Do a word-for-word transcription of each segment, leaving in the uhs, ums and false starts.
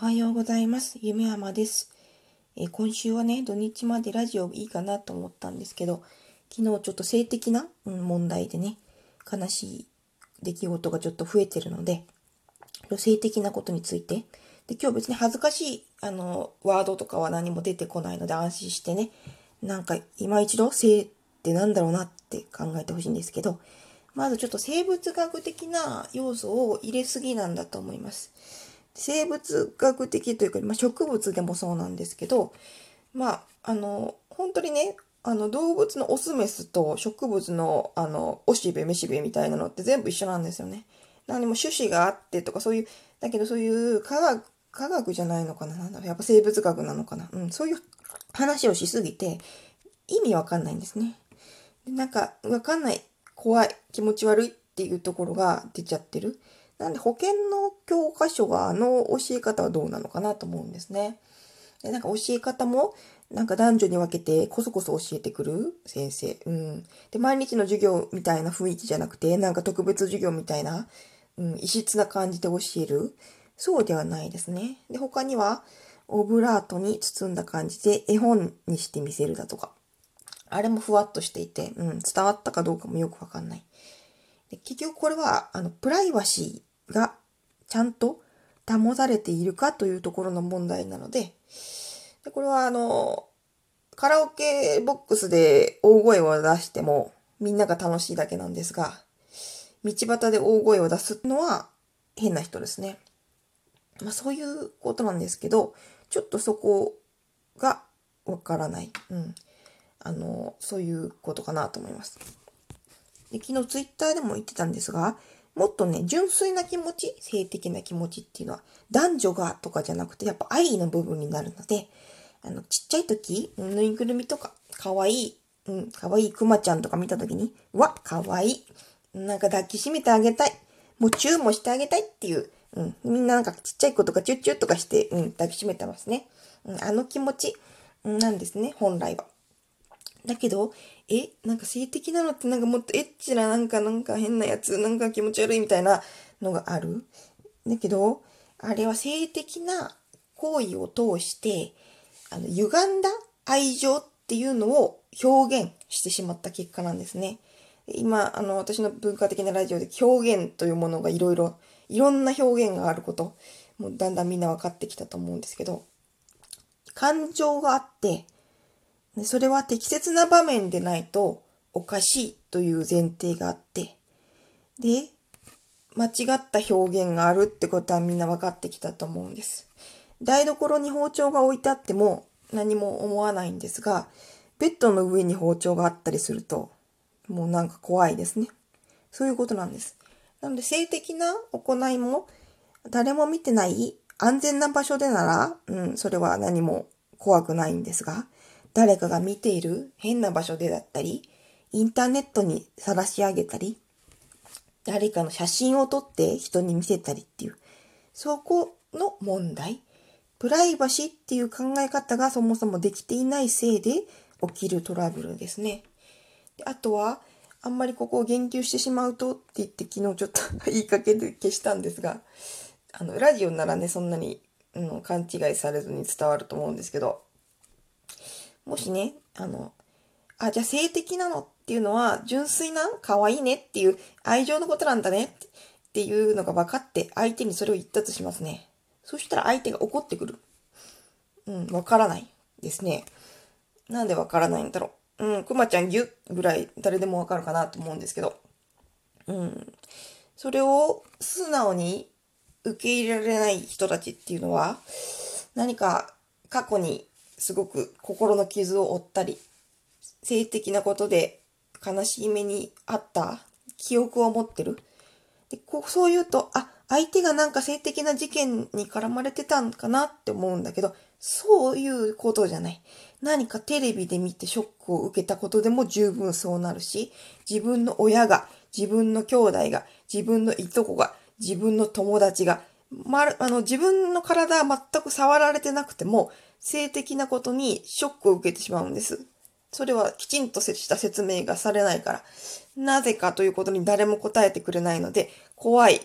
おはようございます。夢山です。えー今週はね、土日までラジオいいかなと思ったんですけど、昨日ちょっと性的な、うん、問題でね、悲しい出来事がちょっと増えてるので、性的なことについて、で、今日別に恥ずかしい、あの、ワードとかは何も出てこないので安心してね、なんか今一度性ってなんだろうなって考えてほしいんですけど、まずちょっと生物学的な要素を入れすぎなんだと思います。生物学的というか、まあ、植物でもそうなんですけど、まあ、あの、本当にね、あの、動物のオスメスと植物の、あの、おしべ、めしべみたいなのって全部一緒なんですよね。何も種子があってとかそういう、だけどそういう科学、科学じゃないのかな、なんだろう、やっぱ生物学なのかな。うん、そういう話をしすぎて意味わかんないんですね。でなんか、わかんない、怖い、気持ち悪いっていうところが出ちゃってる。なんで保険の教科書はあの教え方はどうなのかなと思うんですね。で、なんか教え方も、なんか男女に分けてこそこそ教えてくる先生。うん。で、毎日の授業みたいな雰囲気じゃなくて、なんか特別授業みたいな、うん、異質な感じで教える。そうではないですね。で、他には、オブラートに包んだ感じで絵本にしてみせるだとか。あれもふわっとしていて、うん、伝わったかどうかもよくわかんない。で結局これは、あの、プライバシーがちゃんと保たれているかというところの問題なので、でこれはあの、カラオケボックスで大声を出してもみんなが楽しいだけなんですが、道端で大声を出すのは変な人ですね。まあそういうことなんですけど、ちょっとそこがわからない。うん。あの、そういうことかなと思います。で昨日ツイッターでも言ってたんですが、もっとね、純粋な気持ち、性的な気持ちっていうのは、男女がとかじゃなくて、やっぱ愛の部分になるので、あの、ちっちゃい時、ぬいぐるみとか、かわいい、うん、かわいいクマちゃんとか見た時に、うわ、かわいい。なんか抱きしめてあげたい。もうチューもしてあげたいっていう、うん、みんななんかちっちゃい子とかチュッチュッとかして、うん、抱きしめてますね。うん、あの気持ち、うんなんですね、本来は。だけど、え、なんか性的なのってなんかもっとエッチななんかなんか変なやつ、なんか気持ち悪いみたいなのがある。だけど、あれは性的な行為を通して、あの、歪んだ愛情っていうのを表現してしまった結果なんですね。今、あの、私の文化的なラジオで表現というものがいろいろ、いろんな表現があること、もうだんだんみんな分かってきたと思うんですけど、感情があって、それは適切な場面でないとおかしいという前提があって、で、間違った表現があるってことはみんな分かってきたと思うんです。台所に包丁が置いてあっても何も思わないんですが、ベッドの上に包丁があったりすると、もうなんか怖いですね。そういうことなんです。なので性的な行いも誰も見てない安全な場所でなら、うん、それは何も怖くないんですが、誰かが見ている変な場所でだったり、インターネットに晒し上げたり、誰かの写真を撮って人に見せたりっていう、そこの問題。プライバシーっていう考え方がそもそもできていないせいで起きるトラブルですね。であとは、あんまりここを言及してしまうとって言って昨日ちょっと言いかけで消したんですが、あの、ラジオならね、そんなに、うん、勘違いされずに伝わると思うんですけど、もしね、あの、あ、じゃあ性的なのっていうのは純粋な可愛いねっていう愛情のことなんだねっていうのが分かって相手にそれを言ったとしますね。そしたら相手が怒ってくる。うん、分からないですね。なんで分からないんだろう。うん、くまちゃんギュッぐらい誰でも分かるかなと思うんですけど。うん。それを素直に受け入れられない人たちっていうのは何か過去にすごく心の傷を負ったり性的なことで悲しい目にあった記憶を持ってる。でこうそう言うと、あ、相手がなんか性的な事件に絡まれてたんかなって思うんだけど、そういうことじゃない。何かテレビで見てショックを受けたことでも十分そうなるし、自分の親が、自分の兄弟が、自分のいとこが、自分の友達が、まる、あの、自分の体は全く触られてなくても、性的なことにショックを受けてしまうんです。それはきちんとした説明がされないから。なぜかということに誰も答えてくれないので、怖い、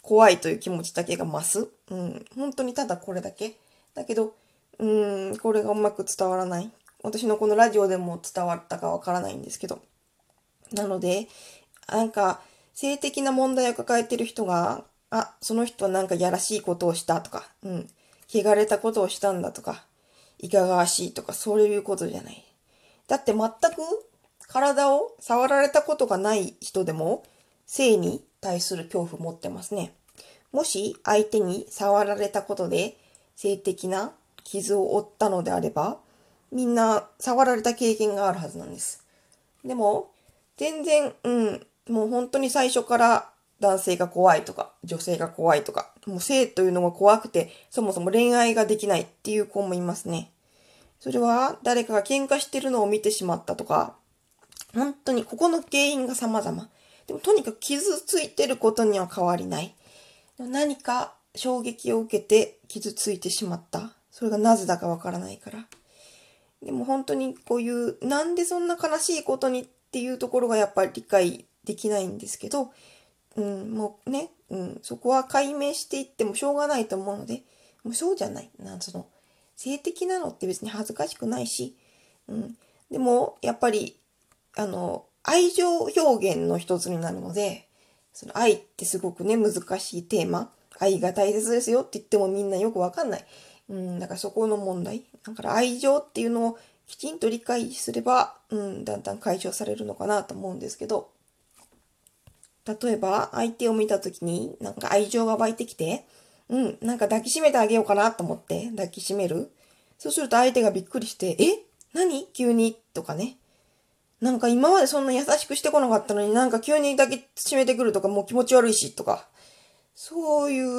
怖いという気持ちだけが増す。うん。本当にただこれだけ。だけど、うーん、これがうまく伝わらない。私のこのラジオでも伝わったかわからないんですけど。なので、なんか、性的な問題を抱えてる人が、あ、その人はなんかやらしいことをしたとか、うん、汚れたことをしたんだとか、いかがわしいとか、そういうことじゃない。だって全く体を触られたことがない人でも、性に対する恐怖を持ってますね。もし相手に触られたことで性的な傷を負ったのであれば、みんな触られた経験があるはずなんです。でも、全然、うん、もう本当に最初から男性が怖いとか、女性が怖いとか、もう性というのが怖くて、そもそも恋愛ができないっていう子もいますね。それは誰かが喧嘩してるのを見てしまったとか、本当にここの原因が様々。でもとにかく傷ついてることには変わりない。何か衝撃を受けて傷ついてしまった。それがなぜだかわからないから。でも本当にこういう、なんでそんな悲しいことにっていうところがやっぱり理解できないんですけど、うん、もうね、うん、そこは解明していってもしょうがないと思うので、もうそうじゃない。なんその、性的なのって別に恥ずかしくないし、うん、でもやっぱり、あの、愛情表現の一つになるので、その愛ってすごくね、難しいテーマ。愛が大切ですよって言ってもみんなよくわかんない。うん、だからそこの問題。だから愛情っていうのをきちんと理解すれば、うん、だんだん解消されるのかなと思うんですけど、例えば相手を見たときになんか愛情が湧いてきて、うん、なんか抱きしめてあげようかなと思って抱きしめる。そうすると相手がびっくりして、え何急にとかね。なんか今までそんな優しくしてこなかったのになんか急に抱きしめてくるとかもう気持ち悪いしとか。そういう、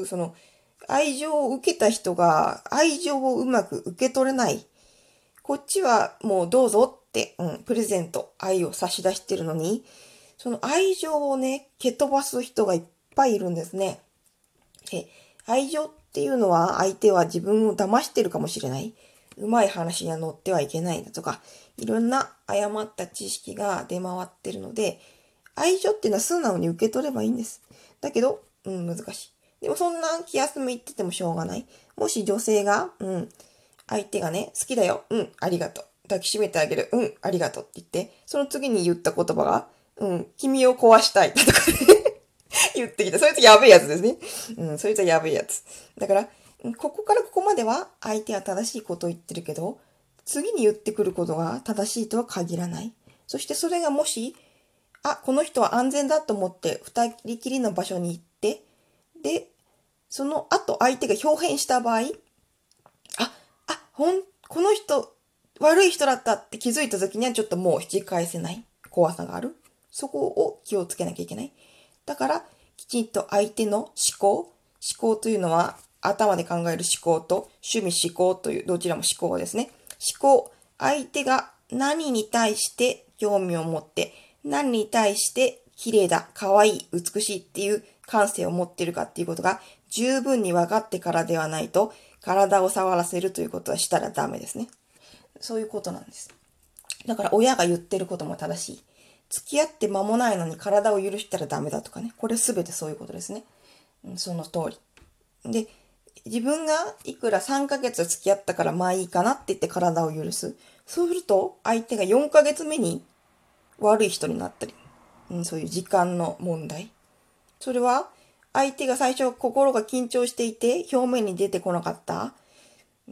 その、愛情を受けた人が愛情をうまく受け取れない。こっちはもうどうぞって、うん、プレゼント、愛を差し出してるのに、その愛情をね、蹴飛ばす人がいっぱいいるんですね。で、愛情っていうのは相手は自分を騙してるかもしれない。うまい話には乗ってはいけないだとか、いろんな誤った知識が出回ってるので、愛情っていうのは素直に受け取ればいいんです。だけど、うん、難しい。でもそんな気休め言っててもしょうがない。もし女性が、うん、相手がね、好きだよ、うん、ありがとう。抱きしめてあげる、うん、ありがとうって言って、その次に言った言葉が、うん、君を壊したいとか言ってきた。そいつやべえやつですね。うん、そいつはやべえやつ。だから、ここからここまでは相手は正しいことを言ってるけど、次に言ってくることが正しいとは限らない。そしてそれがもし、あ、この人は安全だと思って二人きりの場所に行って、で、その後相手が表変した場合、あ、あ、ほん、この人悪い人だったって気づいた時にはちょっともう引き返せない怖さがある。そこを気をつけなきゃいけない。だから、きちんと相手の思考、思考というのは頭で考える思考と趣味思考というどちらも思考ですね。思考、相手が何に対して興味を持って、何に対して綺麗だ、可愛い、美しいっていう感性を持っているかっていうことが十分に分かってからではないと、体を触らせるということはしたらダメですね。そういうことなんです。だから親が言ってることも正しい。付き合って間もないのに体を許したらダメだとかね。これすべてそういうことですね。うん、その通り。で、自分がいくらさんかげつ付き合ったからまあいいかなって言って体を許す。そうすると相手がよんかげつめに悪い人になったり、うん、そういう時間の問題。それは相手が最初心が緊張していて表面に出てこなかった、うん、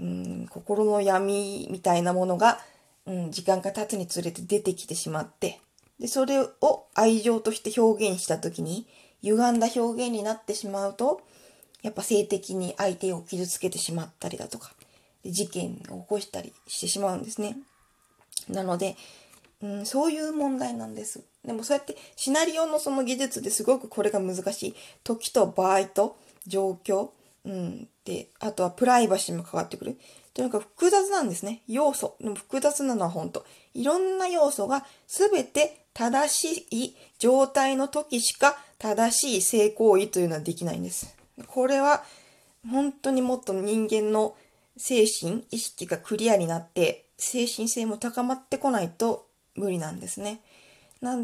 心の闇みたいなものが、うん、時間が経つにつれて出てきてしまって、で、それを愛情として表現したときに、歪んだ表現になってしまうと、やっぱ性的に相手を傷つけてしまったりだとか、事件を起こしたりしてしまうんですね。なので、うん、そういう問題なんです。でもそうやってシナリオのその技術ですごくこれが難しい。時と場合と状況、うん、で、あとはプライバシーもかかってくる。とにかく複雑なんですね。要素。でも複雑なのは本当。いろんな要素がすべて正しい状態の時しか正しい性行為というのはできないんです。これは本当にもっと人間の精神、意識がクリアになって精神性も高まってこないと無理なんですね。なんで、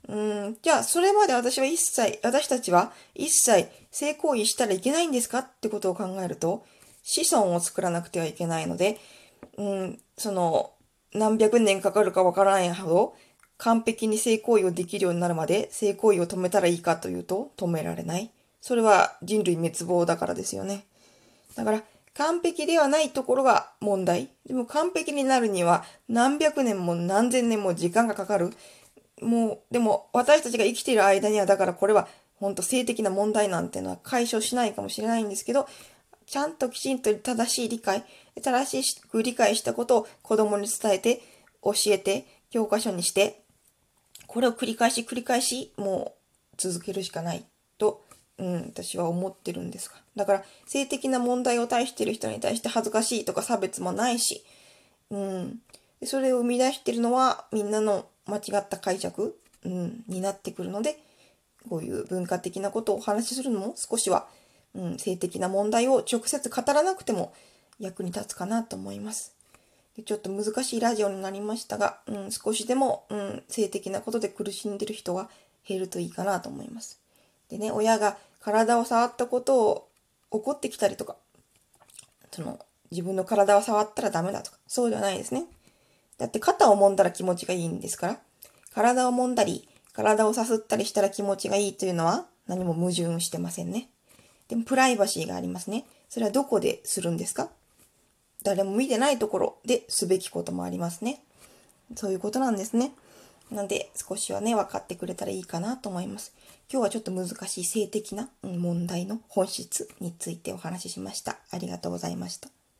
うん、じゃあ、それまで私は一切、私たちは一切性行為したらいけないんですかってことを考えると、子孫を作らなくてはいけないので、うん、その、何百年かかるかわからないほど、完璧に性行為をできるようになるまで、性行為を止めたらいいかというと、止められない。それは人類滅亡だからですよね。だから、完璧ではないところが問題。でも完璧になるには何百年も何千年も時間がかかる。もう、でも私たちが生きている間には、だからこれは本当性的な問題なんていうのは解消しないかもしれないんですけど、ちゃんときちんと正しい理解、正しく理解したことを子供に伝えて、教えて、教科書にして、これを繰り返し繰り返し、もう続けるしかないと、うん、私は思ってるんですが。だから、性的な問題を対している人に対して恥ずかしいとか差別もないし、うん。それを生み出しているのはみんなの間違った解釈、うん、になってくるので、こういう文化的なことをお話しするのも少しは、うん、性的な問題を直接語らなくても役に立つかなと思います。でちょっと難しいラジオになりましたが、うん、少しでも、うん、性的なことで苦しんでる人が減るといいかなと思います。でね、親が体を触ったことを怒ってきたりとか、その自分の体を触ったらダメだとか、そうではないですね。だって肩を揉んだら気持ちがいいんですから、体を揉んだり、体をさすったりしたら気持ちがいいというのは何も矛盾してませんね。でもプライバシーがありますね。それはどこでするんですか？誰も見てないところですべきこともありますね。そういうことなんですね。なので少しはね、分かってくれたらいいかなと思います。今日はちょっと難しい性的な問題の本質についてお話ししました。ありがとうございました。